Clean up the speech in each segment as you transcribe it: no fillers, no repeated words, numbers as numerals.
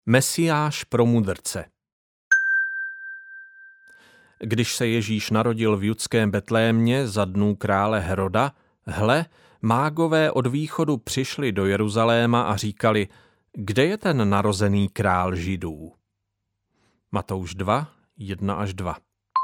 Mesiáš pro mudrce. Když se Ježíš narodil v judském Betlémě za dnů krále Heroda, hle, mágové od východu přišli do Jeruzaléma a říkali, kde je ten narozený král Židů? Matouš 2, 1-2.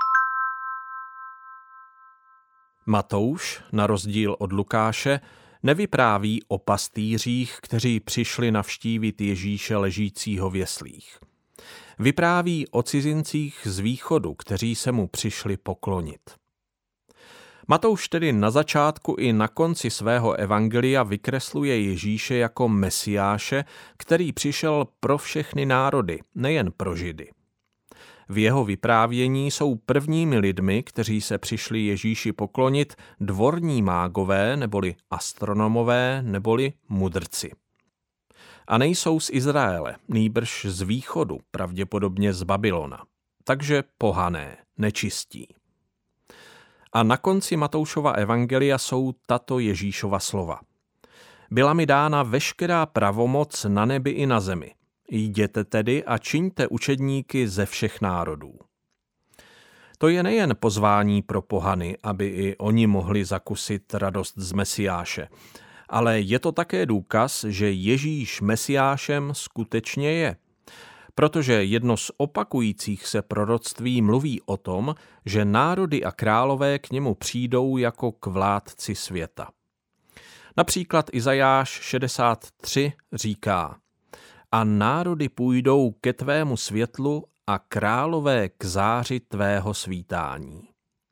Matouš, na rozdíl od Lukáše, nevypráví o pastýřích, kteří přišli navštívit Ježíše ležícího v jeslích. Vypráví o cizincích z východu, kteří se mu přišli poklonit. Matouš tedy na začátku i na konci svého evangelia vykresluje Ježíše jako Mesiáše, který přišel pro všechny národy, nejen pro Židy. V jeho vyprávění jsou prvními lidmi, kteří se přišli Ježíši poklonit, dvorní mágové, neboli astronomové, neboli mudrci. A nejsou z Izraele, nýbrž z východu, pravděpodobně z Babylona. Takže pohané, nečistí. A na konci Matoušova evangelia jsou tato Ježíšova slova. Byla mi dána veškerá pravomoc na nebi i na zemi. Jděte tedy a čiňte učedníky ze všech národů. To je nejen pozvání pro pohany, aby i oni mohli zakusit radost z Mesiáše, ale je to také důkaz, že Ježíš Mesiášem skutečně je. Protože jedno z opakujících se proroctví mluví o tom, že národy a králové k němu přijdou jako k vládci světa. Například Izajáš 63 říká: a národy půjdou ke tvému světlu a králové k záři tvého svítání.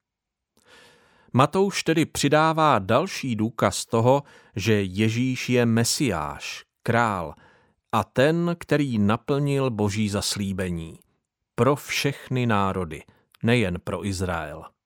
Matouš tedy přidává další důkaz toho, že Ježíš je Mesiáš, král, a ten, který naplnil Boží zaslíbení. Pro všechny národy, nejen pro Izrael.